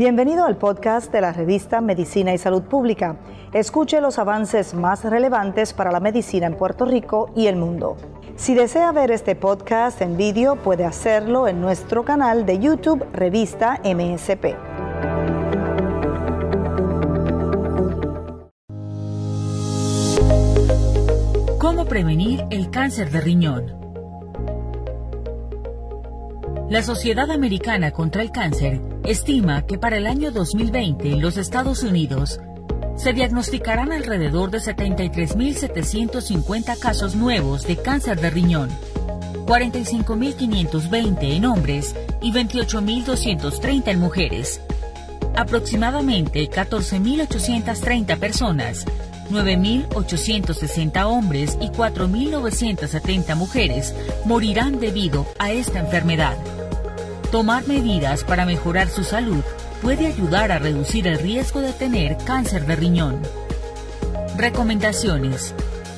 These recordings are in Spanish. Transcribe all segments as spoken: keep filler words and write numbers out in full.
Bienvenido al podcast de la revista Medicina y Salud Pública. Escuche los avances más relevantes para la medicina en Puerto Rico y el mundo. Si desea ver este podcast en vídeo, puede hacerlo en nuestro canal de YouTube Revista M S P. ¿Cómo prevenir el cáncer de riñón? La Sociedad Americana contra el Cáncer estima que para el año dos mil veinte en los Estados Unidos se diagnosticarán alrededor de setenta y tres mil setecientos cincuenta casos nuevos de cáncer de riñón, cuarenta y cinco mil quinientos veinte en hombres y veintiocho mil doscientos treinta en mujeres. Aproximadamente catorce mil ochocientas treinta personas, nueve mil ochocientos sesenta hombres y cuatro mil novecientas setenta mujeres morirán debido a esta enfermedad. Tomar medidas para mejorar su salud puede ayudar a reducir el riesgo de tener cáncer de riñón. Recomendaciones.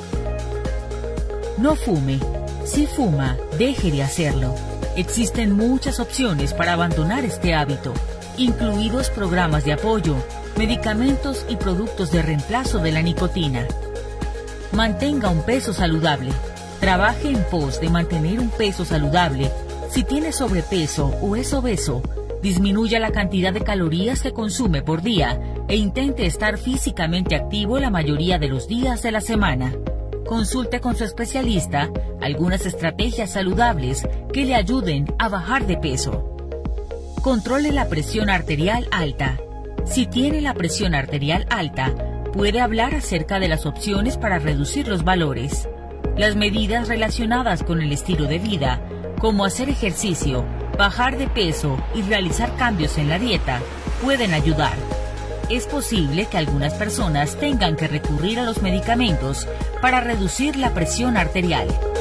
No fume. Si fuma, deje de hacerlo. Existen muchas opciones para abandonar este hábito, incluidos programas de apoyo, medicamentos y productos de reemplazo de la nicotina. Mantenga un peso saludable. Trabaje en pos de mantener un peso saludable. Si tiene sobrepeso o es obeso, disminuya la cantidad de calorías que consume por día e intente estar físicamente activo la mayoría de los días de la semana. Consulte con su especialista algunas estrategias saludables que le ayuden a bajar de peso. Controle la presión arterial alta. Si tiene la presión arterial alta, puede hablar acerca de las opciones para reducir los valores. Las medidas relacionadas con el estilo de vida, como hacer ejercicio, bajar de peso y realizar cambios en la dieta, pueden ayudar. Es posible que algunas personas tengan que recurrir a los medicamentos para reducir la presión arterial.